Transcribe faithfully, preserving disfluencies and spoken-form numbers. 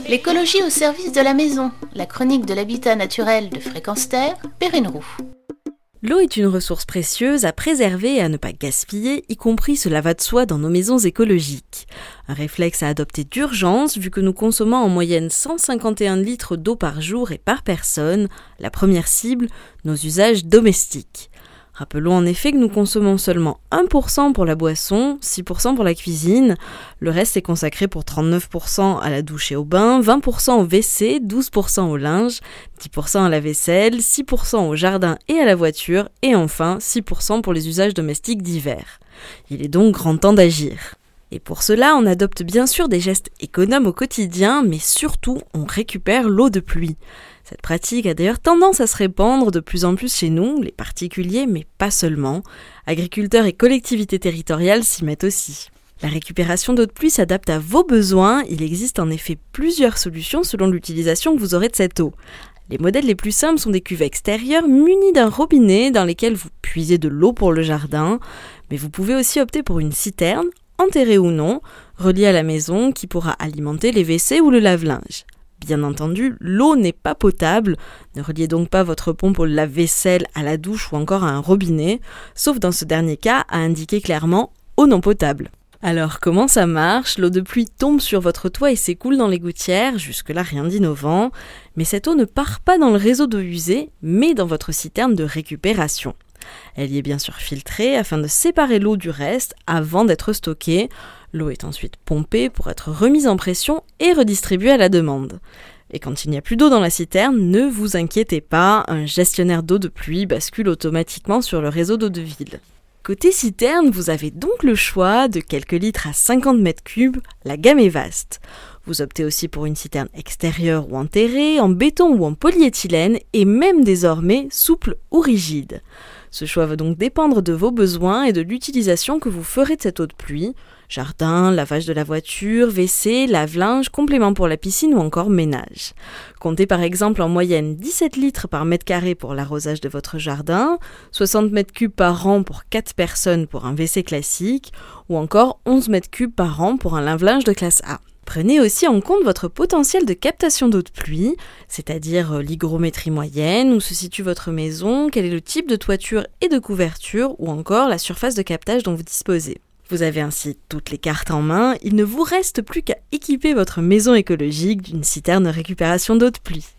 L'écologie au service de la maison, la chronique de l'habitat naturel de Fréquence Terre, Perrine Roux. L'eau est une ressource précieuse à préserver et à ne pas gaspiller, y compris cela va de soi dans nos maisons écologiques. Un réflexe à adopter d'urgence vu que nous consommons en moyenne cent cinquante et un litres d'eau par jour et par personne. La première cible, nos usages domestiques. Rappelons en effet que nous consommons seulement un pour cent pour la boisson, six pour cent pour la cuisine. Le reste est consacré pour trente-neuf pour cent à la douche et au bain, vingt pour cent au W C, douze pour cent au linge, dix pour cent à la vaisselle, six pour cent au jardin et à la voiture, et enfin six pour cent pour les usages domestiques divers. Il est donc grand temps d'agir. Et pour cela, on adopte bien sûr des gestes économes au quotidien, mais surtout, on récupère l'eau de pluie. Cette pratique a d'ailleurs tendance à se répandre de plus en plus chez nous, les particuliers, mais pas seulement. Agriculteurs et collectivités territoriales s'y mettent aussi. La récupération d'eau de pluie s'adapte à vos besoins. Il existe en effet plusieurs solutions selon l'utilisation que vous aurez de cette eau. Les modèles les plus simples sont des cuves extérieures munies d'un robinet dans lesquelles vous puisez de l'eau pour le jardin. Mais vous pouvez aussi opter pour une citerne, enterrée ou non, reliée à la maison qui pourra alimenter les W C ou le lave-linge. Bien entendu, l'eau n'est pas potable, ne reliez donc pas votre pompe au lave-vaisselle, à la douche ou encore à un robinet, sauf dans ce dernier cas à indiquer clairement « eau non potable ». Alors comment ça marche ? L'eau de pluie tombe sur votre toit et s'écoule dans les gouttières, jusque-là rien d'innovant, mais cette eau ne part pas dans le réseau d'eau usée, mais dans votre citerne de récupération. Elle y est bien sûr filtrée afin de séparer l'eau du reste avant d'être stockée. L'eau est ensuite pompée pour être remise en pression et redistribuée à la demande. Et quand il n'y a plus d'eau dans la citerne, ne vous inquiétez pas, un gestionnaire d'eau de pluie bascule automatiquement sur le réseau d'eau de ville. Côté citerne, vous avez donc le choix de quelques litres à cinquante mètres cubes, la gamme est vaste. Vous optez aussi pour une citerne extérieure ou enterrée, en béton ou en polyéthylène, et même désormais souple ou rigide. Ce choix va donc dépendre de vos besoins et de l'utilisation que vous ferez de cette eau de pluie. Jardin, lavage de la voiture, W C, lave-linge, complément pour la piscine ou encore ménage. Comptez par exemple en moyenne dix-sept litres par mètre carré pour l'arrosage de votre jardin, soixante mètres cubes par an pour quatre personnes pour un W C classique, ou encore onze mètres cubes par an pour un lave-linge de classe A. Prenez aussi en compte votre potentiel de captation d'eau de pluie, c'est-à-dire l'hygrométrie moyenne, où se situe votre maison, quel est le type de toiture et de couverture, ou encore la surface de captage dont vous disposez. Vous avez ainsi toutes les cartes en main, il ne vous reste plus qu'à équiper votre maison écologique d'une citerne de récupération d'eau de pluie.